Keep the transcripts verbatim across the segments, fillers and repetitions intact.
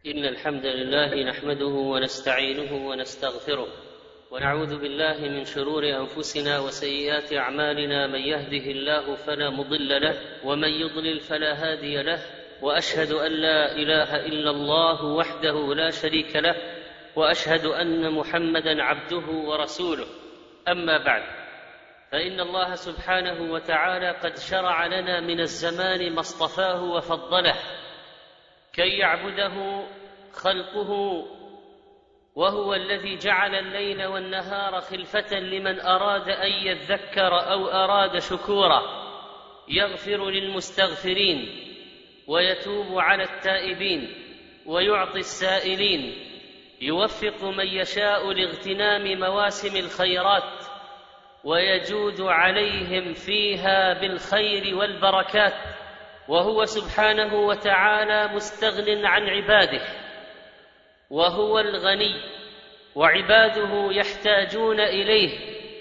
إن الحمد لله نحمده ونستعينه ونستغفره ونعوذ بالله من شرور أنفسنا وسيئات أعمالنا. من يهده الله فلا مضل له ومن يضلل فلا هادي له، وأشهد أن لا إله إلا الله وحده لا شريك له، وأشهد أن محمدًا عبده ورسوله. أما بعد، فإن الله سبحانه وتعالى قد شرع لنا من الزمان ما اصطفاه وفضله كي يعبده خلقه، وهو الذي جعل الليل والنهار خلفة لمن أراد أن يذكر أو أراد شكورا، يغفر للمستغفرين ويتوب على التائبين ويعطي السائلين، يوفق من يشاء لاغتنام مواسم الخيرات ويجود عليهم فيها بالخير والبركات، وهو سبحانه وتعالى مستغن عن عباده، وهو الغني وعباده يحتاجون إليه،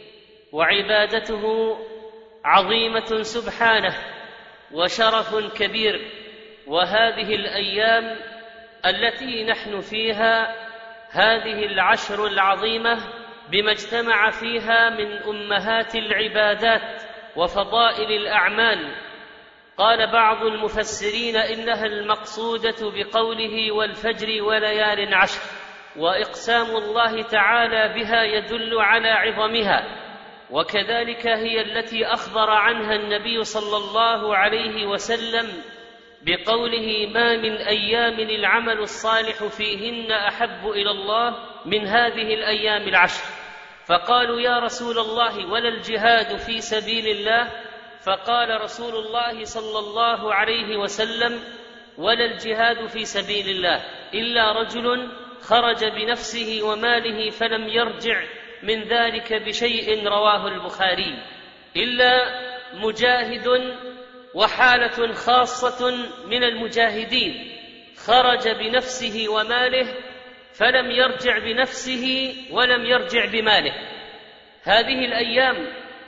وعبادته عظيمة سبحانه وشرف كبير. وهذه الأيام التي نحن فيها، هذه العشر العظيمة بما اجتمع فيها من أمهات العبادات وفضائل الأعمال، قال بعض المفسرين إنها المقصودة بقوله والفجر وليال عشر، وإقسام الله تعالى بها يدل على عظمها، وكذلك هي التي أخبر عنها النبي صلى الله عليه وسلم بقوله ما من أيام العمل الصالح فيهن أحب إلى الله من هذه الأيام العشر. فقالوا يا رسول الله ولا الجهاد في سبيل الله؟ فقال رسول الله صلى الله عليه وسلم ولا الجهاد في سبيل الله إلا رجل خرج بنفسه وماله فلم يرجع من ذلك بشيء، رواه البخاري. إلا مجاهد، وحالة خاصة من المجاهدين، خرج بنفسه وماله فلم يرجع بنفسه ولم يرجع بماله. هذه الأيام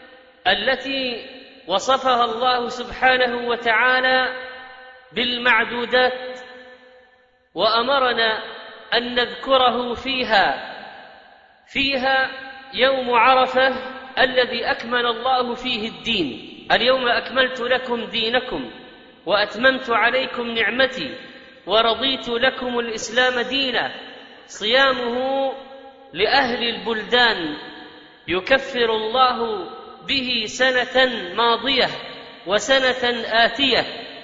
التي وصفها الله سبحانه وتعالى بالمعدودات وأمرنا أن نذكره فيها فيها يوم عرفة الذي أكمل الله فيه الدين. اليوم أكملت لكم دينكم وأتممت عليكم نعمتي ورضيت لكم الإسلام دينا. صيامه لأهل البلدان يكفر الله به سنة ماضية وسنة آتية.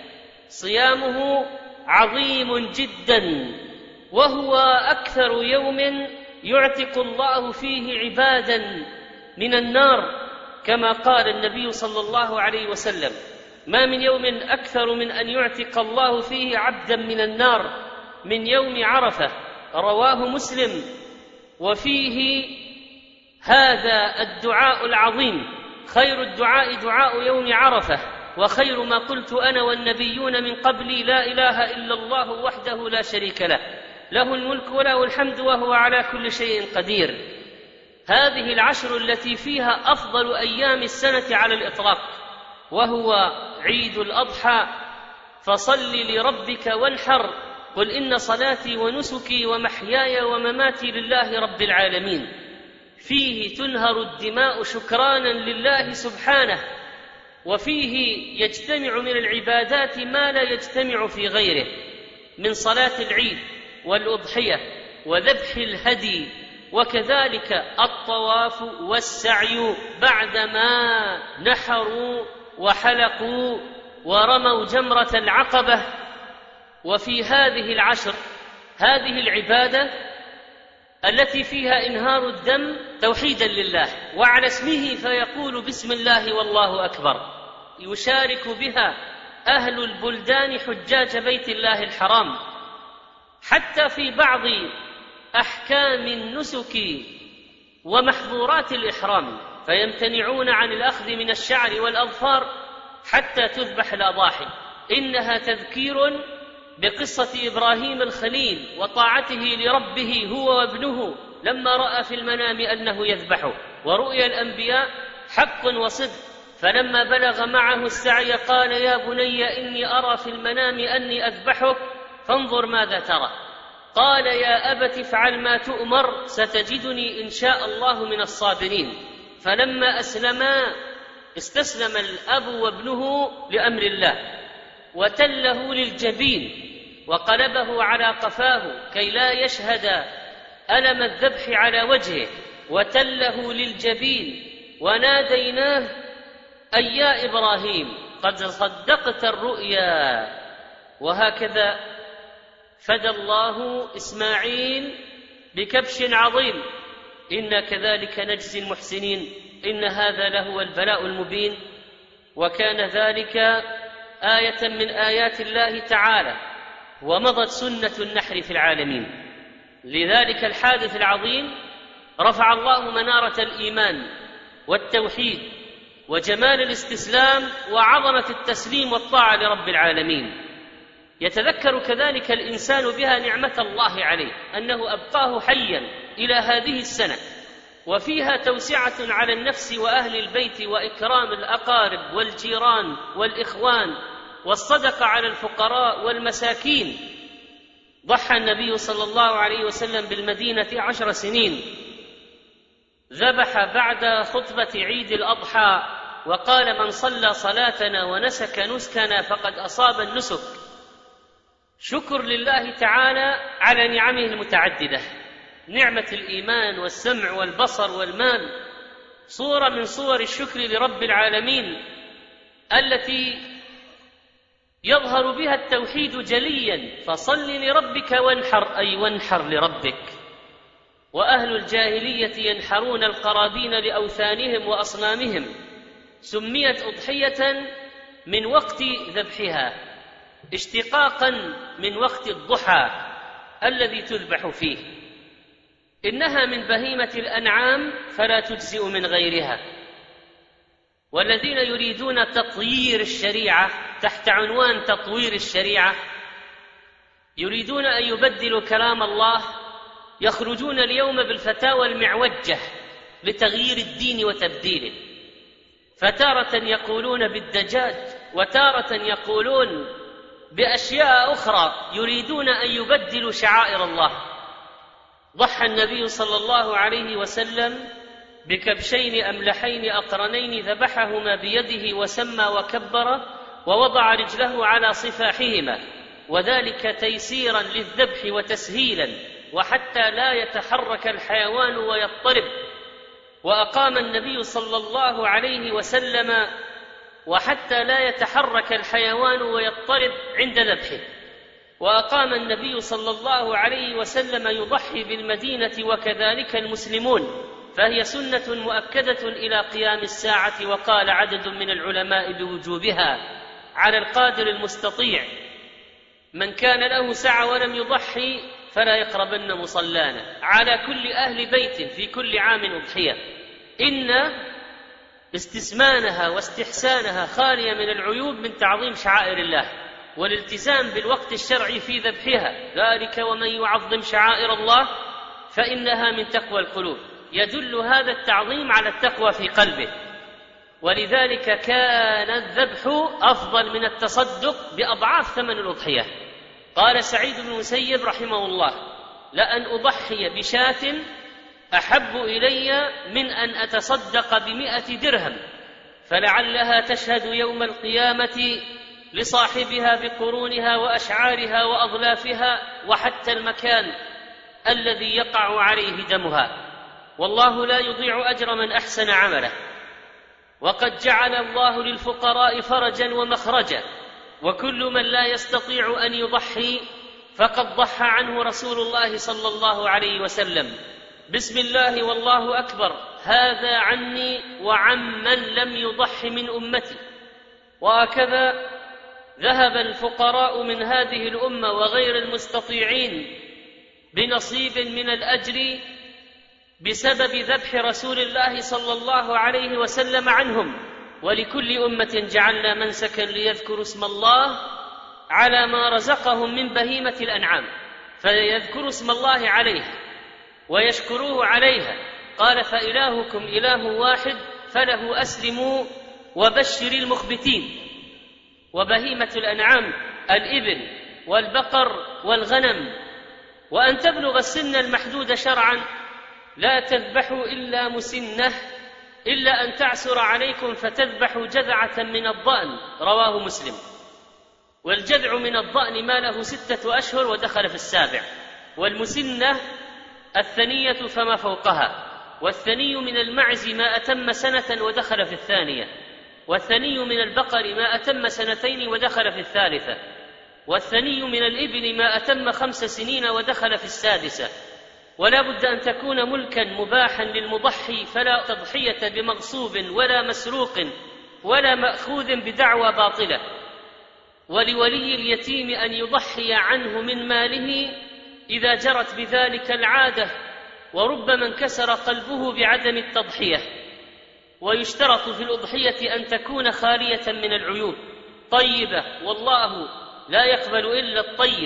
صيامه عظيم جدا، وهو أكثر يوم يعتق الله فيه عبادا من النار، كما قال النبي صلى الله عليه وسلم ما من يوم أكثر من أن يعتق الله فيه عبدا من النار من يوم عرفة، رواه مسلم. وفيه هذا الدعاء العظيم، خير الدعاء دعاء يوم عرفة، وخير ما قلت أنا والنبيون من قبلي لا إله إلا الله وحده لا شريك له، له الملك وله الحمد وهو على كل شيء قدير. هذه العشر التي فيها أفضل أيام السنة على الإطلاق، وهو عيد الأضحى، فصل لربك وانحر، قل إن صلاتي ونسكي ومحياي ومماتي لله رب العالمين. فيه تنهر الدماء شكرانا لله سبحانه، وفيه يجتمع من العبادات ما لا يجتمع في غيره، من صلاة العيد والأضحية وذبح الهدي، وكذلك الطواف والسعي بعدما نحروا وحلقوا ورموا جمرة العقبة. وفي هذه العشر هذه العبادة التي فيها إنهار الدم توحيدا لله وعلى اسمه، فيقول بسم الله والله أكبر، يشارك بها أهل البلدان حجاج بيت الله الحرام، حتى في بعض أحكام النسك ومحظورات الإحرام، فيمتنعون عن الأخذ من الشعر والأظفار حتى تذبح الأضاحي. إنها تذكير بقصة إبراهيم الخليل وطاعته لربه هو وابنه لما رأى في المنام أنه يذبحه، ورؤيا الأنبياء حق وصدق، فلما بلغ معه السعي قال يا بني إني أرى في المنام أني أذبحك فانظر ماذا ترى. قال يا أبت افعل ما تؤمر ستجدني إن شاء الله من الصابرين. فلما أسلما استسلم الأب وابنه لأمر الله وتله للجبين وقلبه على قفاه كي لا يشهد ألم الذبح على وجهه، وتله للجبين وناديناه أي يا إبراهيم قد صدقت الرؤيا. وهكذا فدى الله إسماعيل بكبش عظيم، إنا كذلك نجزي المحسنين، إن هذا لهو البلاء المبين. وكان ذلك آية من آيات الله تعالى، ومضت سنة النحر في العالمين. لذلك الحادث العظيم رفع الله منارة الإيمان والتوحيد وجمال الاستسلام وعظمة التسليم والطاعة لرب العالمين. يتذكر كذلك الإنسان بها نعمة الله عليه أنه أبقاه حيا إلى هذه السنة، وفيها توسعة على النفس وأهل البيت وإكرام الأقارب والجيران والإخوان والصدقة على الفقراء والمساكين. ضحى النبي صلى الله عليه وسلم بالمدينة عشر سنين، ذبح بعد خطبة عيد الأضحى وقال من صلى صلاتنا ونسك نسكنا فقد أصاب النسك. شكر لله تعالى على نعمه المتعددة، نعمة الإيمان والسمع والبصر والمال، صورة من صور الشكر لرب العالمين التي يظهر بها التوحيد جليا. فصل لربك وانحر، أي وانحر لربك. وأهل الجاهلية ينحرون القرابين لأوثانهم وأصنامهم، سميت أضحية من وقت ذبحها اشتقاقا من وقت الضحى الذي تذبح فيه. إنها من بهيمة الأنعام فلا تجزئ من غيرها. والذين يريدون تطوير الشريعة تحت عنوان تطوير الشريعة يريدون أن يبدلوا كلام الله، يخرجون اليوم بالفتاوى المعوجة لتغيير الدين وتبديله، فتارة يقولون بالدجاج وتارة يقولون بأشياء أخرى، يريدون أن يبدلوا شعائر الله. ضحى النبي صلى الله عليه وسلم بكبشين أملحين أقرنين ذبحهما بيده وسمى وكبر ووضع رجله على صفاحهما، وذلك تيسيرا للذبح وتسهيلا وحتى لا يتحرك الحيوان ويضطرب. وأقام النبي صلى الله عليه وسلم وحتى لا يتحرك الحيوان ويضطرب عند ذبحه. وأقام النبي صلى الله عليه وسلم يضحي بالمدينة وكذلك المسلمون، فهي سنة مؤكدة إلى قيام الساعة. وقال عدد من العلماء بوجوبها على القادر المستطيع: من كان له سعة ولم يضحي فلا يقربن مصلانا. على كل أهل بيت في كل عام أضحية. إن استسمانها واستحسانها خالية من العيوب من تعظيم شعائر الله والالتزام بالوقت الشرعي في ذبحها، ذلك ومن يعظم شعائر الله فإنها من تقوى القلوب. يدل هذا التعظيم على التقوى في قلبه، ولذلك كان الذبح أفضل من التصدق بأضعاف ثمن الأضحية. قال سعيد بن المسيب رحمه الله: لأن أضحي بشاة أحب إلي من أن أتصدق بمئة درهم، فلعلها تشهد يوم القيامة لصاحبها بقرونها وأشعارها وأظلافها وحتى المكان الذي يقع عليه دمها، والله لا يضيع أجر من أحسن عمله. وقد جعل الله للفقراء فرجا ومخرجا، وكل من لا يستطيع أن يضحي فقد ضحى عنه رسول الله صلى الله عليه وسلم: بسم الله والله أكبر، هذا عني وعمن لم يضح من أمتي. وهكذا ذهب الفقراء من هذه الأمة وغير المستطيعين بنصيب من الأجر بسبب ذبح رسول الله صلى الله عليه وسلم عنهم. ولكل أمة جعلنا منسكا ليذكروا اسم الله على ما رزقهم من بهيمة الأنعام، فيذكروا اسم الله عليها ويشكروه عليها. قال: فإلهكم إله واحد فله أسلموا وبشر المخبتين. وبهيمة الأنعام الإبل والبقر والغنم وأن تبلغ السن المحدود شرعا. لا تذبحوا إلا مسنة إلا أن تعسر عليكم فتذبحوا جذعة من الضأن، رواه مسلم. والجذع من الضأن ما له ستة أشهر ودخل في السابع. والمسنة الثنية فما فوقها. والثني من المعز ما أتم سنة ودخل في الثانية. والثني من البقر ما أتم سنتين ودخل في الثالثة. والثني من الإبل ما أتم خمس سنين ودخل في السادسة. ولا بد أن تكون ملكا مباحا للمضحي، فلا تضحية بمغصوب ولا مسروق ولا مأخوذ بدعوى باطلة. ولولي اليتيم أن يضحي عنه من ماله إذا جرت بذلك العادة، وربما انكسر قلبه بعدم التضحية. ويشترط في الأضحية أن تكون خالية من العيوب طيبة، والله لا يقبل إلا الطيب.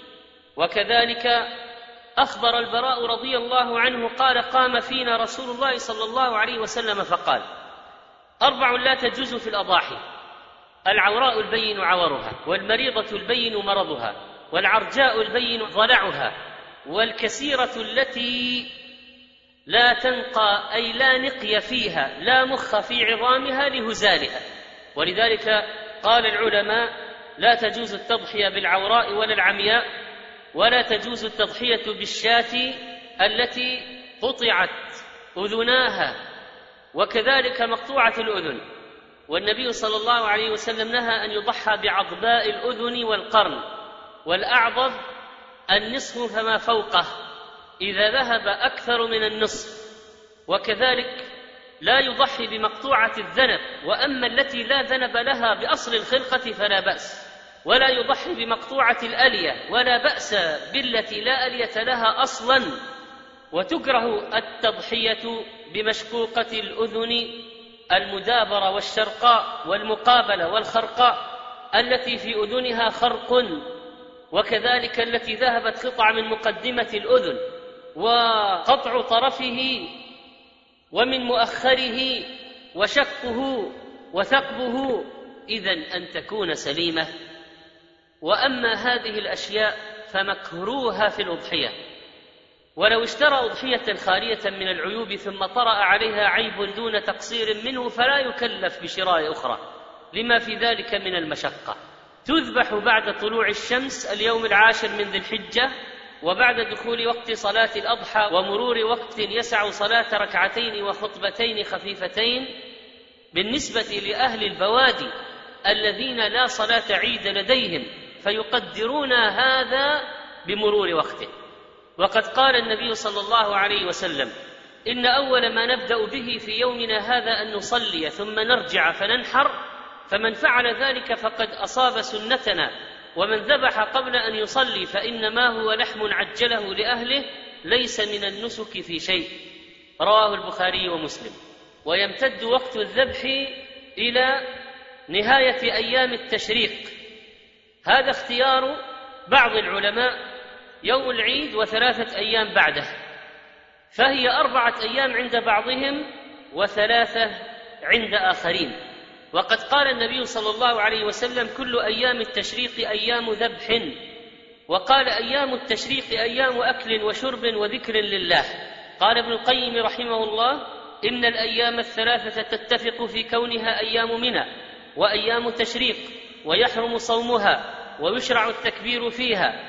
وكذلك أخبر البراء رضي الله عنه قال: قام فينا رسول الله صلى الله عليه وسلم فقال: أربع لا تجوز في الأضاحي: العوراء البين عورها، والمريضة البين مرضها، والعرجاء البين ضلعها، والكسيرة التي لا تنقى أي لا نقي فيها لا مخ في عظامها لهزالها. ولذلك قال العلماء: لا تجوز التضحية بالعوراء ولا العمياء، ولا تجوز التضحية بالشاة التي قطعت أذناها، وكذلك مقطوعة الأذن. والنبي صلى الله عليه وسلم نهى أن يضحى بعضباء الأذن والقرن، والأعضب النصف فما فوقه إذا ذهب أكثر من النصف. وكذلك لا يضحي بمقطوعة الذنب، وأما التي لا ذنب لها بأصل الخلقة فلا بأس. ولا يضحي بمقطوعة الألية، ولا بأس بالتي لا ألية لها أصلا. وتكره التضحية بمشقوقة الأذن المدابرة والشرقاء والمقابلة والخرقاء التي في أذنها خرق، وكذلك التي ذهبت قطع من مقدمة الأذن، وقطع طرفه ومن مؤخره وشقه وثقبه، إذن أن تكون سليمة. وأما هذه الأشياء فمكروهة في الأضحية. ولو اشترى أضحية خالية من العيوب ثم طرأ عليها عيب دون تقصير منه فلا يكلف بشراء أخرى لما في ذلك من المشقة. تذبح بعد طلوع الشمس اليوم العاشر من ذي الحجة، وبعد دخول وقت صلاة الأضحى ومرور وقت يسع صلاة ركعتين وخطبتين خفيفتين. بالنسبة لأهل البوادي الذين لا صلاة عيد لديهم فيقدرون هذا بمرور وقته. وقد قال النبي صلى الله عليه وسلم: إن أول ما نبدأ به في يومنا هذا أن نصلي ثم نرجع فننحر، فمن فعل ذلك فقد أصاب سنتنا، ومن ذبح قبل أن يصلي فإنما هو لحم عجله لأهله ليس من النسك في شيء. رواه البخاري ومسلم. ويمتد وقت الذبح إلى نهاية أيام التشريق، هذا اختيار بعض العلماء، يوم العيد وثلاثة أيام بعده، فهي أربعة أيام عند بعضهم وثلاثة عند آخرين. وقد قال النبي صلى الله عليه وسلم: كل أيام التشريق أيام ذبح. وقال: أيام التشريق أيام أكل وشرب وذكر لله. قال ابن القيم رحمه الله: إن الأيام الثلاثة تتفق في كونها أيام منى وأيام تشريق، ويحرم صومها ويشرع التكبير فيها،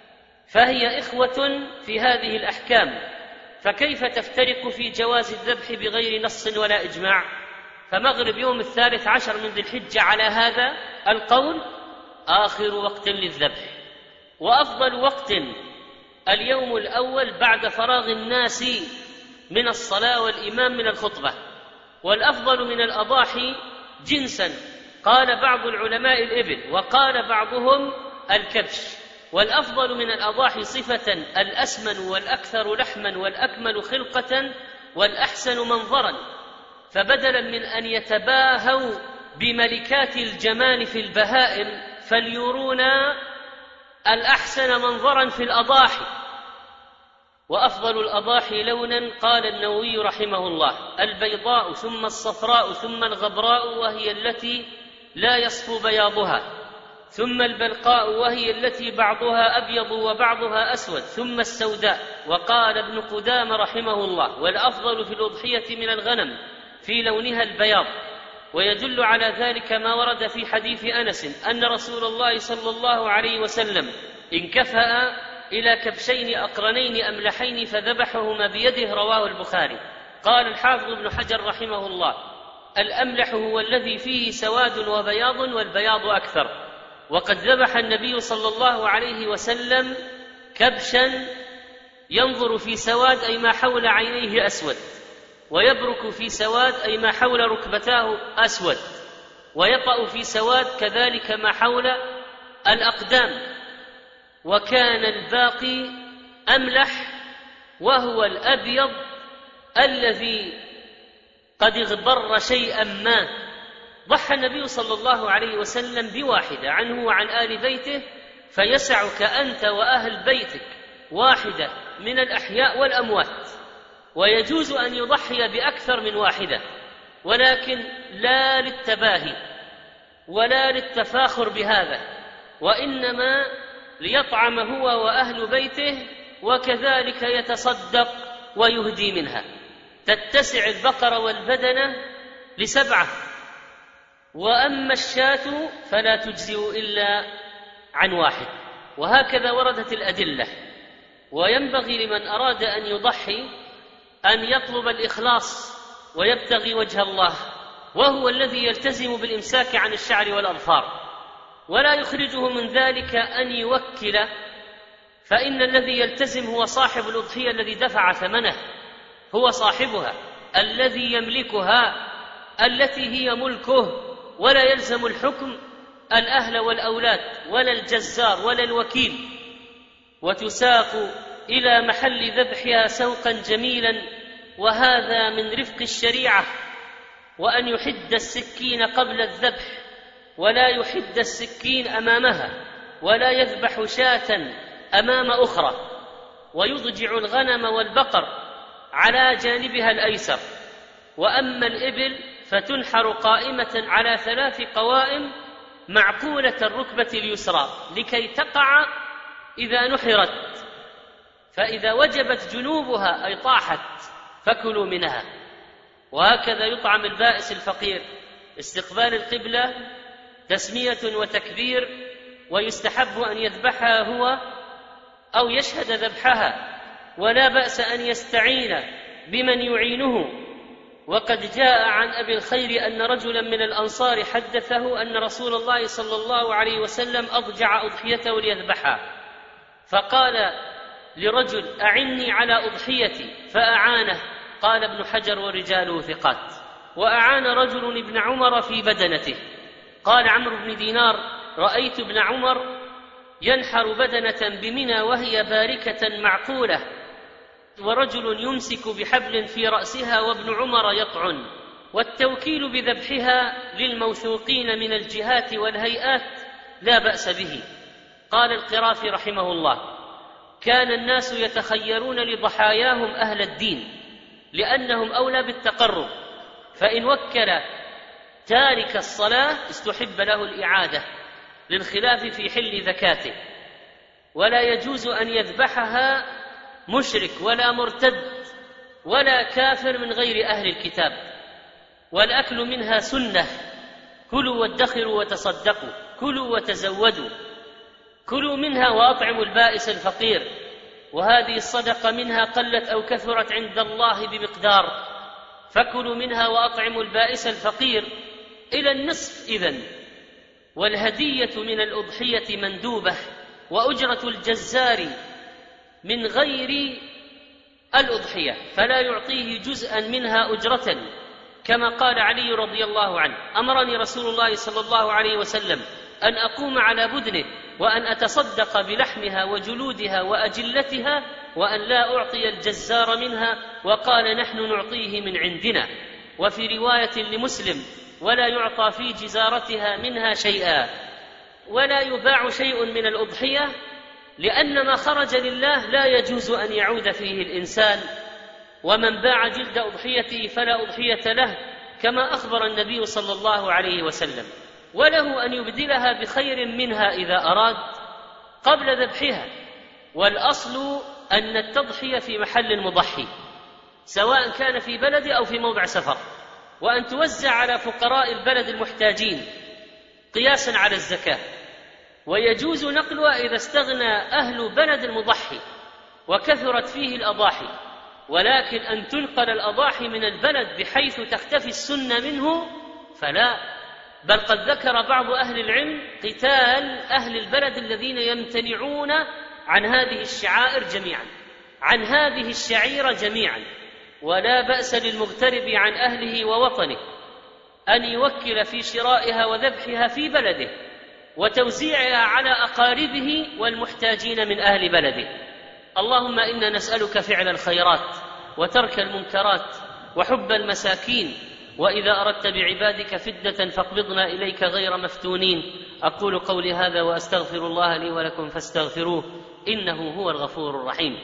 فهي إخوة في هذه الأحكام. فكيف تفترق في جواز الذبح بغير نص ولا إجماع؟ فمغرب يوم الثالث عشر من ذي الحجة على هذا القول آخر وقت للذبح، وأفضل وقت اليوم الأول بعد فراغ الناس من الصلاة والإمام من الخطبة. والأفضل من الأضاحي جنسا قال بعض العلماء الإبل، وقال بعضهم الكبش. والأفضل من الأضاحي صفة الأسمن والأكثر لحما والأكمل خلقة والأحسن منظرا. فبدلا من أن يتباهوا بملكات الجمال في البهائم فليرونا الأحسن منظرا في الأضاحي. وأفضل الأضاحي لونا قال النووي رحمه الله: البيضاء ثم الصفراء ثم الغبراء، وهي التي لا يصفو بياضها. ثم البلقاء وهي التي بعضها أبيض وبعضها أسود، ثم السوداء. وقال ابن قدامة رحمه الله: والأفضل في الأضحية من الغنم في لونها البياض. ويدل على ذلك ما ورد في حديث أنس أن رسول الله صلى الله عليه وسلم انكفأ إلى كبشين أقرنين أملحين فذبحهما بيده، رواه البخاري. قال الحافظ ابن حجر رحمه الله: الأملح هو الذي فيه سواد وبياض، والبياض أكثر. وقد ذبح النبي صلى الله عليه وسلم كبشا ينظر في سواد أي ما حول عينيه أسود، ويبرك في سواد أي ما حول ركبتاه أسود، ويطأ في سواد كذلك ما حول الأقدام. وكان الباقي أملح وهو الأبيض الذي قد اغبر شيئا ما. ضحى النبي صلى الله عليه وسلم بواحدة عنه وعن آل بيته، فيسعك أنت وأهل بيتك واحدة من الأحياء والأموات. ويجوز أن يضحي بأكثر من واحدة، ولكن لا للتباهي ولا للتفاخر بهذا، وإنما ليطعم هو وأهل بيته، وكذلك يتصدق ويهدي منها. تتسع البقرة والبدنة لسبعة، وأما الشاة فلا تجزئ إلا عن واحد. وهكذا وردت الأدلة. وينبغي لمن أراد أن يضحي أن يطلب الإخلاص ويبتغي وجه الله، وهو الذي يلتزم بالإمساك عن الشعر والأظفار، ولا يخرجه من ذلك أن يوكل، فإن الذي يلتزم هو صاحب الأضحية الذي دفع ثمنه، هو صاحبها الذي يملكها التي هي ملكه، ولا يلزم الحكم الأهل والأولاد ولا الجزار ولا الوكيل. وتساق إلى محل ذبحها سوقا جميلا، وهذا من رفق الشريعة. وأن يحد السكين قبل الذبح، ولا يحد السكين أمامها، ولا يذبح شاة أمام أخرى، ويضجع الغنم والبقر على جانبها الأيسر. وأما الإبل فتنحر قائمة على ثلاث قوائم معقولة الركبة اليسرى لكي تقع إذا نحرت، فإذا وجبت جنوبها أي طاحت فكلوا منها. وهكذا يطعم البائس الفقير. استقبال القبلة تسمية وتكبير، ويستحب أن يذبحها هو أو يشهد ذبحها، ولا بأس أن يستعين بمن يعينه. وقد جاء عن أبي الخير أن رجلا من الأنصار حدثه أن رسول الله صلى الله عليه وسلم أضجع أضحيته ليذبحها، فقال لرجل: أعني على أضحيتي، فأعانه. قال ابن حجر ورجاله ثقات. وأعان رجل ابن عمر في بدنته. قال عمرو بن دينار: رأيت ابن عمر ينحر بدنة بمنى وهي باركة معقولة، ورجل يمسك بحبل في رأسها وابن عمر يطعن. والتوكيل بذبحها للموثوقين من الجهات والهيئات لا بأس به. قال القرافي رحمه الله: كان الناس يتخيرون لضحاياهم أهل الدين لأنهم أولى بالتقرب، فإن وكل تارك الصلاة استحب له الإعادة للخلاف في حل زكاته. ولا يجوز أن يذبحها مشرك ولا مرتد ولا كافر من غير أهل الكتاب. والأكل منها سنة: كلوا وادخروا وتصدقوا، كلوا وتزودوا، كلوا منها وأطعموا البائس الفقير. وهذه الصدقة منها قلت أو كثرت عند الله بمقدار، فكلوا منها وأطعموا البائس الفقير إلى النصف إذن. والهدية من الأضحية مندوبة، وأجرة الجزار من غير الأضحية، فلا يعطيه جزءا منها أجرة، كما قال علي رضي الله عنه: أمرني رسول الله صلى الله عليه وسلم أن أقوم على بدنه وأن أتصدق بلحمها وجلودها وأجلتها، وأن لا أعطي الجزار منها، وقال: نحن نعطيه من عندنا. وفي رواية لمسلم: ولا يعطى في جزارتها منها شيئا. ولا يباع شيء من الأضحية، لأن ما خرج لله لا يجوز أن يعود فيه الإنسان. ومن باع جلد أضحيته فلا أضحية له، كما أخبر النبي صلى الله عليه وسلم. وله أن يبدلها بخير منها إذا أراد قبل ذبحها. والأصل أن التضحية في محل المضحي سواء كان في بلد أو في موضع سفر، وأن توزع على فقراء البلد المحتاجين قياسا على الزكاة. ويجوز نقلها إذا استغنى أهل بلد المضحي وكثرت فيه الأضاحي، ولكن أن تنقل الأضاحي من البلد بحيث تختفي السنة منه فلا، بل قد ذكر بعض أهل العلم قتال أهل البلد الذين يمتنعون عن هذه الشعائر جميعا، عن هذه الشعيرة جميعا. ولا بأس للمغترب عن أهله ووطنه أن يوكل في شرائها وذبحها في بلده وتوزيعها على أقاربه والمحتاجين من أهل بلده. اللهم إنا نسألك فعل الخيرات وترك المنكرات وحب المساكين، وإذا أردت بعبادك فتنة فاقبضنا إليك غير مفتونين. أقول قولي هذا وأستغفر الله لي ولكم فاستغفروه إنه هو الغفور الرحيم.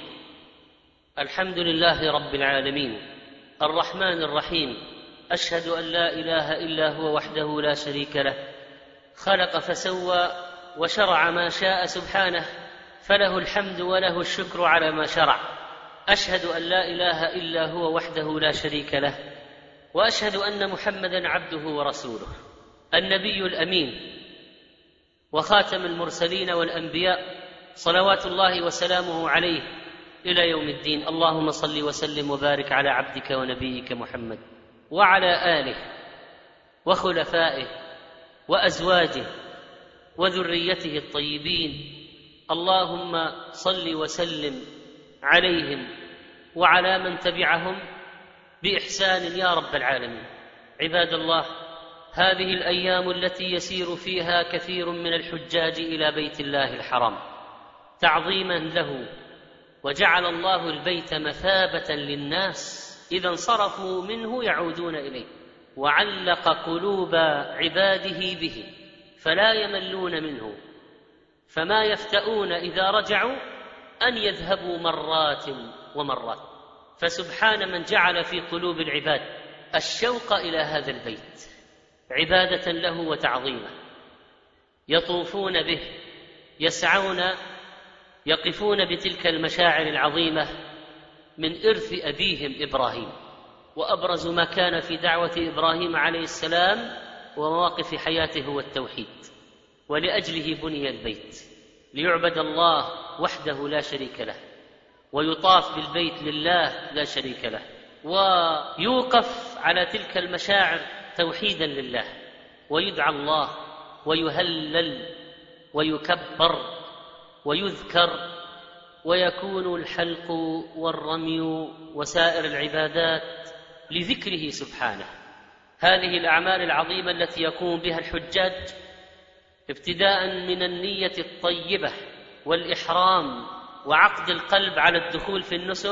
الحمد لله رب العالمين الرحمن الرحيم، أشهد أن لا إله إلا هو وحده لا شريك له، خلق فسوى وشرع ما شاء سبحانه، فله الحمد وله الشكر على ما شرع. أشهد أن لا إله إلا هو وحده لا شريك له، وأشهد أن محمدا عبده ورسوله النبي الأمين وخاتم المرسلين والأنبياء، صلوات الله وسلامه عليه إلى يوم الدين. اللهم صل وسلم وبارك على عبدك ونبيك محمد وعلى آله وخلفائه وأزواجه وذريته الطيبين. اللهم صل وسلم عليهم وعلى من تبعهم بإحسان يا رب العالمين. عباد الله، هذه الأيام التي يسير فيها كثير من الحجاج إلى بيت الله الحرام تعظيما له، وجعل الله البيت مثابة للناس إذا انصرفوا منه يعودون إليه، وعلق قلوب عباده به فلا يملون منه، فما يفتؤون إذا رجعوا أن يذهبوا مرات ومرات. فسبحان من جعل في قلوب العباد الشوق إلى هذا البيت عبادة له وتعظيمه، يطوفون به، يسعون، يقفون بتلك المشاعر العظيمة من إرث أبيهم إبراهيم. وأبرز ما كان في دعوة إبراهيم عليه السلام ومواقف حياته هو التوحيد، ولأجله بني البيت ليعبد الله وحده لا شريك له، ويطاف بالبيت لله لا شريك له، ويوقف على تلك المشاعر توحيدا لله، ويدعى الله ويهلل ويكبر ويذكر، ويكون الحلق والرمي وسائر العبادات لذكره سبحانه. هذه الأعمال العظيمة التي يقوم بها الحجاج ابتداء من النية الطيبة والإحرام وعقد القلب على الدخول في النسك،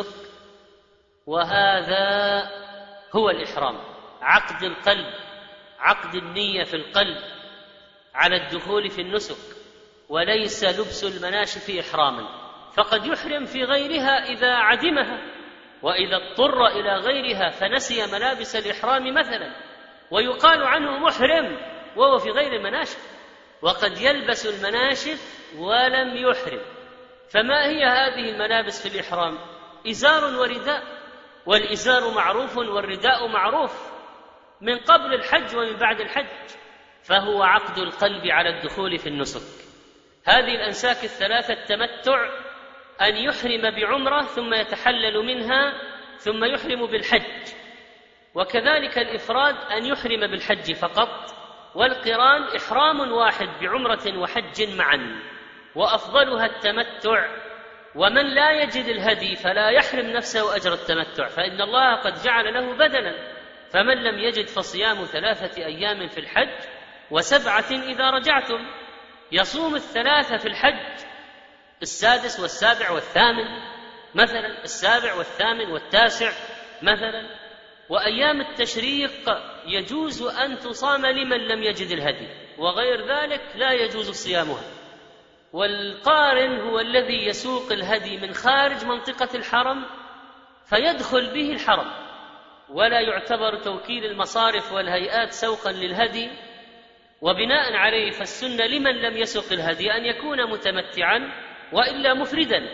وهذا هو الإحرام، عقد القلب، عقد النية في القلب على الدخول في النسك، وليس لبس المناشف إحراما، فقد يحرم في غيرها إذا عدمها، وإذا اضطر إلى غيرها فنسي ملابس الإحرام مثلا ويقال عنه محرم وهو في غير المناشف، وقد يلبس المناشف ولم يحرم. فما هي هذه الملابس في الإحرام؟ إزار ورداء، والإزار معروف والرداء معروف من قبل الحج ومن بعد الحج، فهو عقد القلب على الدخول في النسك. هذه الأنساك الثلاثة التمتع أن يحرم بعمرة ثم يتحلل منها ثم يحرم بالحج، وكذلك الإفراد أن يحرم بالحج فقط، والقران إحرام واحد بعمرة وحج معا، وأفضلها التمتع. ومن لا يجد الهدي فلا يحرم نفسه أجر التمتع، فإن الله قد جعل له بدلا، فمن لم يجد فصيام ثلاثة أيام في الحج وسبعة إذا رجعتم. يصوم الثلاثة في الحج، السادس والسابع والثامن مثلا، السابع والثامن والتاسع مثلا. وأيام التشريق يجوز أن تصام لمن لم يجد الهدي، وغير ذلك لا يجوز صيامها. والقارن هو الذي يسوق الهدي من خارج منطقة الحرم فيدخل به الحرم، ولا يعتبر توكيل المصارف والهيئات سوقا للهدي وبناء عليه فالسنة لمن لم يسق الهدي أن يكون متمتعا وإلا مفردا.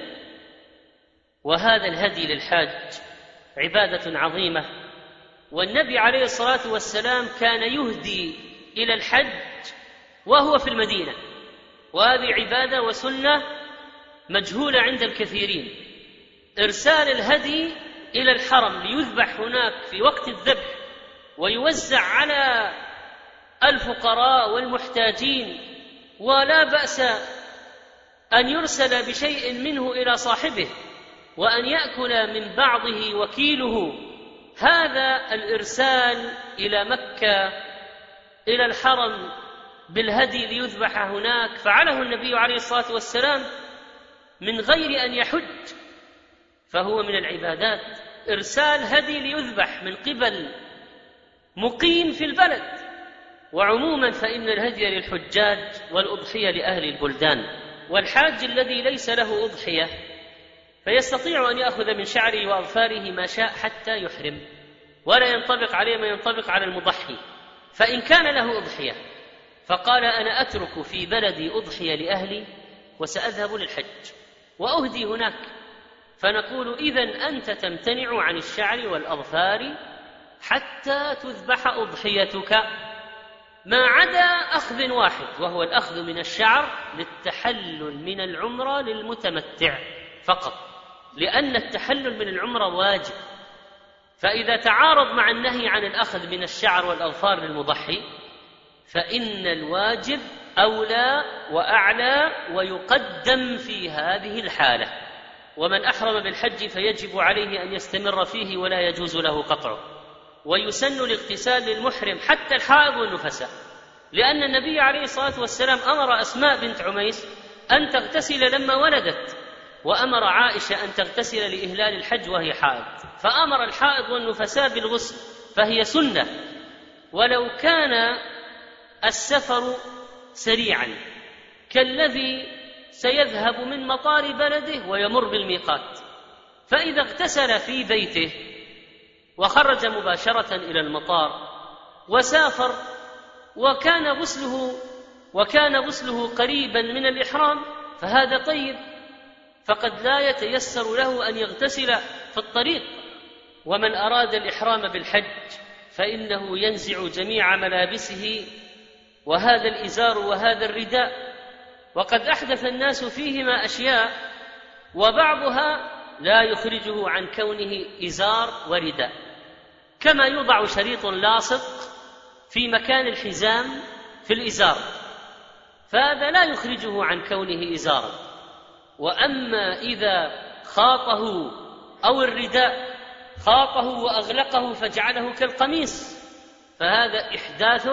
وهذا الهدي للحاج عبادة عظيمة، والنبي عليه الصلاة والسلام كان يهدي إلى الحج وهو في المدينة، وهذه عبادة وسنة مجهولة عند الكثيرين. إرسال الهدي إلى الحرم ليذبح هناك في وقت الذبح ويوزع على الفقراء والمحتاجين، ولا بأس أن يرسل بشيء منه إلى صاحبه وأن يأكل من بعضه وكيله. هذا الإرسال إلى مكة إلى الحرم بالهدي ليذبح هناك فعله النبي عليه الصلاة والسلام من غير أن يحج، فهو من العبادات. إرسال هدي ليذبح من قبل مقيم في البلد. وعموما فإن الهدي للحجاج والأضحية لأهل البلدان. والحاج الذي ليس له أضحية فيستطيع أن يأخذ من شعره وأظفاره ما شاء حتى يحرم، ولا ينطبق عليه ما ينطبق على المضحي. فإن كان له أضحية فقال أنا أترك في بلدي أضحية لأهلي وسأذهب للحج وأهدي هناك، فنقول إذن أنت تمتنع عن الشعر والأظفار حتى تذبح أضحيتك، ما عدا أخذ واحد وهو الأخذ من الشعر للتحلل من العمرة للمتمتع فقط، لأن التحلل من العمرة واجب. فإذا تعارض مع النهي عن الأخذ من الشعر والأظفار للمضحي فإن الواجب أولى وأعلى ويقدم في هذه الحالة. ومن أحرم بالحج فيجب عليه أن يستمر فيه ولا يجوز له قطعه. ويسن الاغتسال للمحرم حتى الحائض والنفساء، لأن النبي عليه الصلاة والسلام أمر أسماء بنت عميس أن تغتسل لما ولدت، وأمر عائشة أن تغتسل لإهلال الحج وهي حائض، فأمر الحائض والنفساء بالغسل، فهي سنة. ولو كان السفر سريعا كالذي سيذهب من مطار بلده ويمر بالميقات، فإذا اغتسل في بيته وخرج مباشرة إلى المطار وسافر وكان غسله وكان غسله قريبا من الإحرام فهذا طيب، فقد لا يتيسر له أن يغتسل في الطريق. ومن أراد الإحرام بالحج فإنه ينزع جميع ملابسه وهذا الإزار وهذا الرداء، وقد أحدث الناس فيهما أشياء وبعضها لا يخرجه عن كونه إزار ورداء، كما يوضع شريط لاصق في مكان الحزام في الإزار، فهذا لا يخرجه عن كونه إزارا. وأما إذا خاطه أو الرداء خاطه وأغلقه فجعله كالقميص فهذا إحداث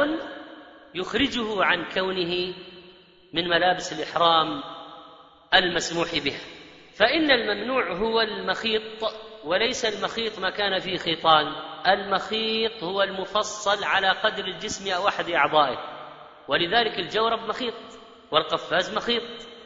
يخرجه عن كونه من ملابس الإحرام المسموح به. فإن الممنوع هو المخيط وليس المخيط ما كان فيه خيطان. المخيط هو المفصل على قدر الجسم أو أحد أعضائه، ولذلك الجورب مخيط والقفاز مخيط،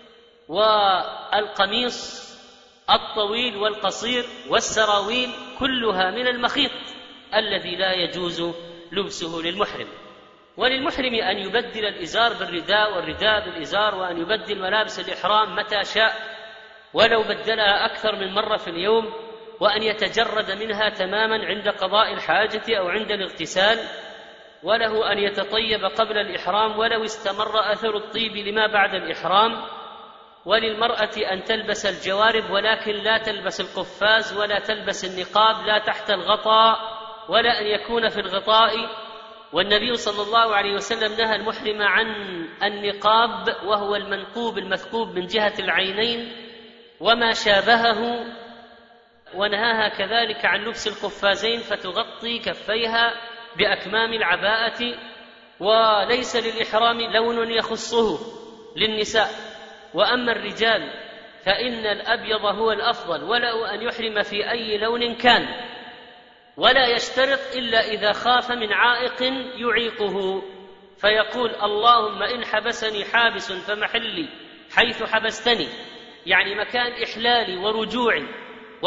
والقميص الطويل والقصير والسراويل كلها من المخيط الذي لا يجوز لبسه للمحرم. وللمحرم أن يبدل الإزار بالرداء والرداء بالإزار، وأن يبدل ملابس الإحرام متى شاء ولو بدلها أكثر من مرة في اليوم، وأن يتجرد منها تماما عند قضاء الحاجة أو عند الاغتسال، وله أن يتطيب قبل الإحرام ولو استمر أثر الطيب لما بعد الإحرام. وللمرأة أن تلبس الجوارب ولكن لا تلبس القفاز ولا تلبس النقاب، لا تحت الغطاء ولا أن يكون في الغطاء. والنبي صلى الله عليه وسلم نهى المحرم عن النقاب وهو المنقوب المثقوب من جهة العينين وما شابهه، ونهاها كذلك عن لبس القفازين فتغطي كفيها بأكمام العباءة. وليس للإحرام لون يخصه للنساء. وأما الرجال فإن الأبيض هو الأفضل، وله أن يحرم في أي لون كان، ولا يشترط إلا إذا خاف من عائق يعيقه، فيقول اللهم إن حبسني حابس فمحلي حيث حبستني، يعني مكان إحلالي ورجوعي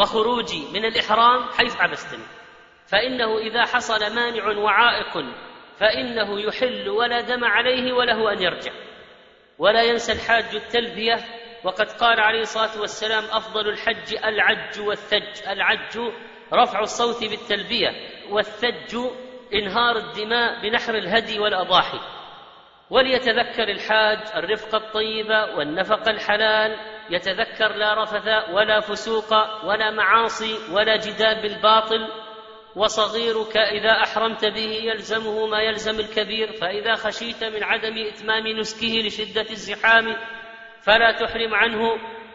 وخروجي من الإحرام حيث حبستني. فإنه إذا حصل مانع وعائق فإنه يحل ولا دم عليه وله أن يرجع. ولا ينسى الحاج التلبية، وقد قال عليه الصلاة والسلام: أفضل الحج العج والثج. العج رفع الصوت بالتلبية، والثج إنهار الدماء بنحر الهدي والأضاحي. وليتذكر الحاج الرفق الطيبة والنفق الحلال، يتذكر لا رفث ولا فسوق ولا معاصي ولا جدال بالباطل. وصغيرك إذا أحرمت به يلزمه ما يلزم الكبير، فإذا خشيت من عدم إتمام نسكه لشدة الزحام فلا تحرم عنه.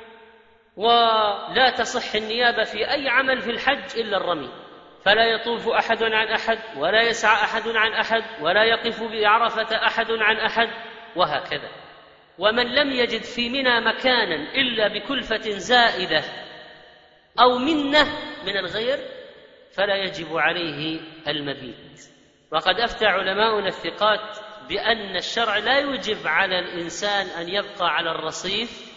ولا تصح النيابة في أي عمل في الحج إلا الرمي، فلا يطوف أحد عن أحد، ولا يسعى أحد عن أحد، ولا يقف بعرفة أحد عن أحد، وهكذا. ومن لم يجد في منى مكانا إلا بكلفة زائدة أو منة من الغير فلا يجب عليه المبيت. وقد أفتى علماؤنا الثقات بأن الشرع لا يوجب على الإنسان أن يبقى على الرصيف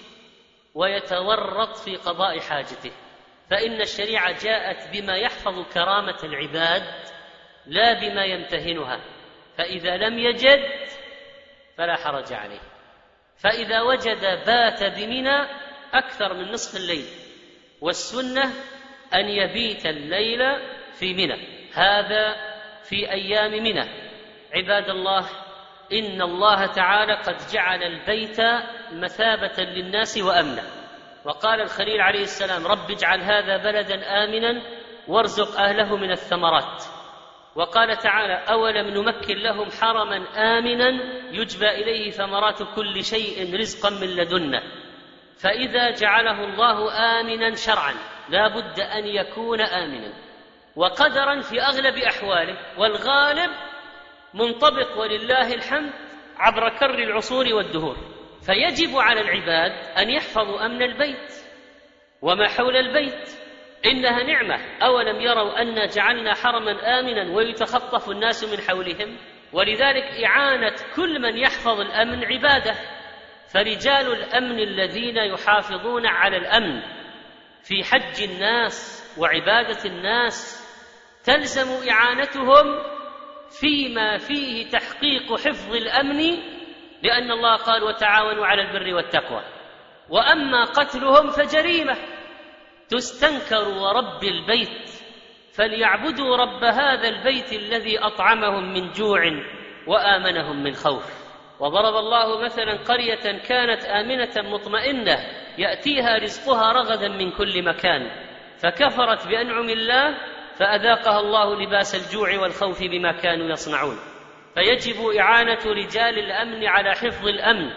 ويتورط في قضاء حاجته، فإن الشريعة جاءت بما يحفظ كرامة العباد لا بما يمتهنها. فإذا لم يجد فلا حرج عليه، فإذا وجد بات بمنى أكثر من نصف الليل، والسنة أن يبيت الليل في منى، هذا في أيام منى. عباد الله، إن الله تعالى قد جعل البيت مثابة للناس وأمنا، وقال الخليل عليه السلام: رب اجعل هذا بلدا آمنا وارزق أهله من الثمرات. وقال تعالى: أولم نمكن لهم حرما آمنا يجبى إليه ثمرات كل شيء رزقا من لدنا. فإذا جعله الله آمنا شرعا لا بد أن يكون آمنا، وقدرا في أغلب أحواله، والغالب منطبق ولله الحمد عبر كر العصور والدهور. فيجب على العباد أن يحفظوا أمن البيت وما حول البيت، إنها نعمة. أولم يروا أن جعلنا حرما آمنا ويتخطف الناس من حولهم؟ ولذلك إعانة كل من يحفظ الأمن عبادة. فرجال الأمن الذين يحافظون على الأمن في حج الناس وعبادة الناس تلزم إعانتهم فيما فيه تحقيق حفظ الأمن، لأن الله قال: وتعاونوا على البر والتقوى. وأما قتلهم فجريمة تستنكر ورب البيت، فليعبدوا رب هذا البيت الذي أطعمهم من جوع وآمنهم من خوف. وضرب الله مثلا قرية كانت آمنة مطمئنة يأتيها رزقها رغدا من كل مكان، فكفرت بأنعم الله فأذاقها الله لباس الجوع والخوف بما كانوا يصنعون. فيجب إعانة رجال الأمن على حفظ الأمن.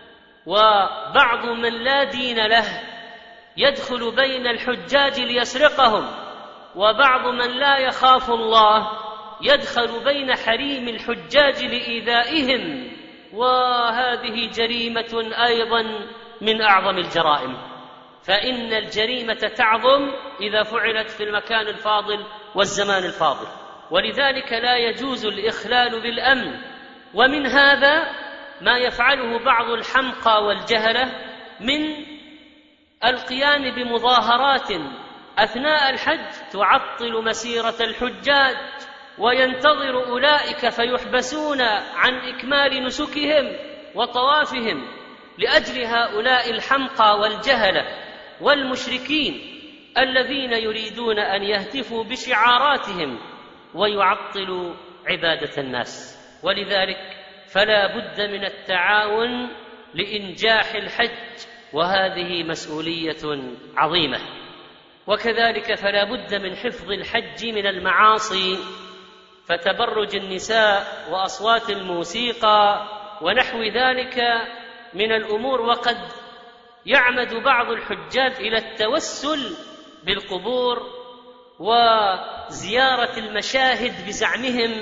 وبعض من لا دين له يدخل بين الحجاج ليسرقهم، وبعض من لا يخاف الله يدخل بين حريم الحجاج لإيذائهم، وهذه جريمة أيضا من أعظم الجرائم. فإن الجريمة تعظم إذا فعلت في المكان الفاضل والزمان الفاضل، ولذلك لا يجوز الإخلال بالأمن. ومن هذا ما يفعله بعض الحمقى والجهلة من القيام بمظاهرات أثناء الحج تعطل مسيرة الحجاج، وينتظر أولئك فيحبسون عن إكمال نسكهم وطوافهم لأجل هؤلاء الحمقى والجهلة والمشركين الذين يريدون أن يهتفوا بشعاراتهم ويعطلوا عبادة الناس. ولذلك فلا بد من التعاون لإنجاح الحج، وهذه مسؤولية عظيمة. وكذلك فلا بد من حفظ الحج من المعاصي، فتبرج النساء وأصوات الموسيقى ونحو ذلك من الأمور. وقد يعمد بعض الحجاج إلى التوسل بالقبور وزيارة المشاهد بزعمهم،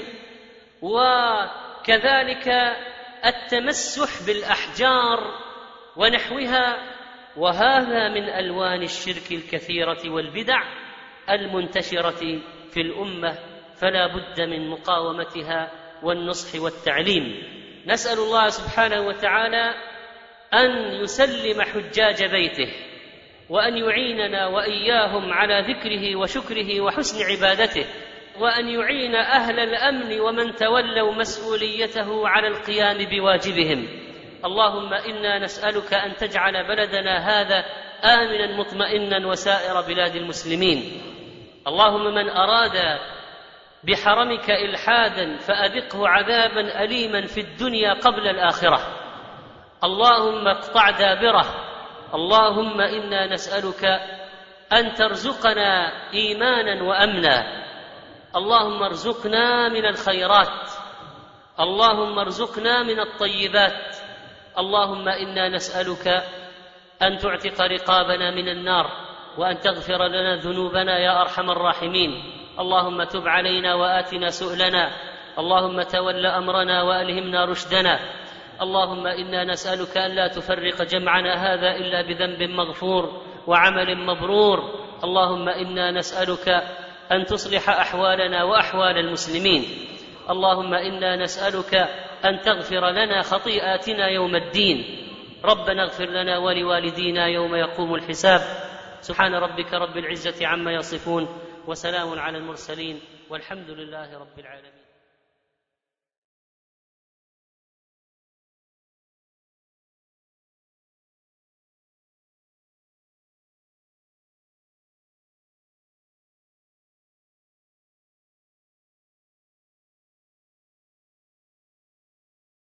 وكذلك التمسح بالأحجار ونحوها، وهذا من ألوان الشرك الكثيرة والبدع المنتشرة في الأمة، فلا بد من مقاومتها والنصح والتعليم. نسأل الله سبحانه وتعالى أن يسلم حجاج بيته، وأن يعيننا وإياهم على ذكره وشكره وحسن عبادته، وأن يعين أهل الأمن ومن تولوا مسؤوليته على القيام بواجبهم. اللهم إنا نسألك أن تجعل بلدنا هذا آمنا مطمئنا وسائر بلاد المسلمين. اللهم من أراد بحرمك إلحادا فأذقه عذابا أليما في الدنيا قبل الآخرة. اللهم اقطع دابره. اللهم إنا نسألك أن ترزقنا إيمانا وأمنا. اللهم ارزقنا من الخيرات. اللهم ارزقنا من الطيبات. اللهم إنا نسألك أن تعتق رقابنا من النار وأن تغفر لنا ذنوبنا يا أرحم الراحمين. اللهم تب علينا وآتنا سؤلنا. اللهم تول أمرنا وألهمنا رشدنا. اللهم إنا نسألك أن لا تفرق جمعنا هذا إلا بذنب مغفور وعمل مبرور. اللهم إنا نسألك أن تصلح أحوالنا وأحوال المسلمين. اللهم إنا نسألك أن تغفر لنا خطيئاتنا يوم الدين. ربنا اغفر لنا ولوالدينا يوم يقوم الحساب. سبحان ربك رب العزة عما يصفون وسلام على المرسلين والحمد لله رب العالمين.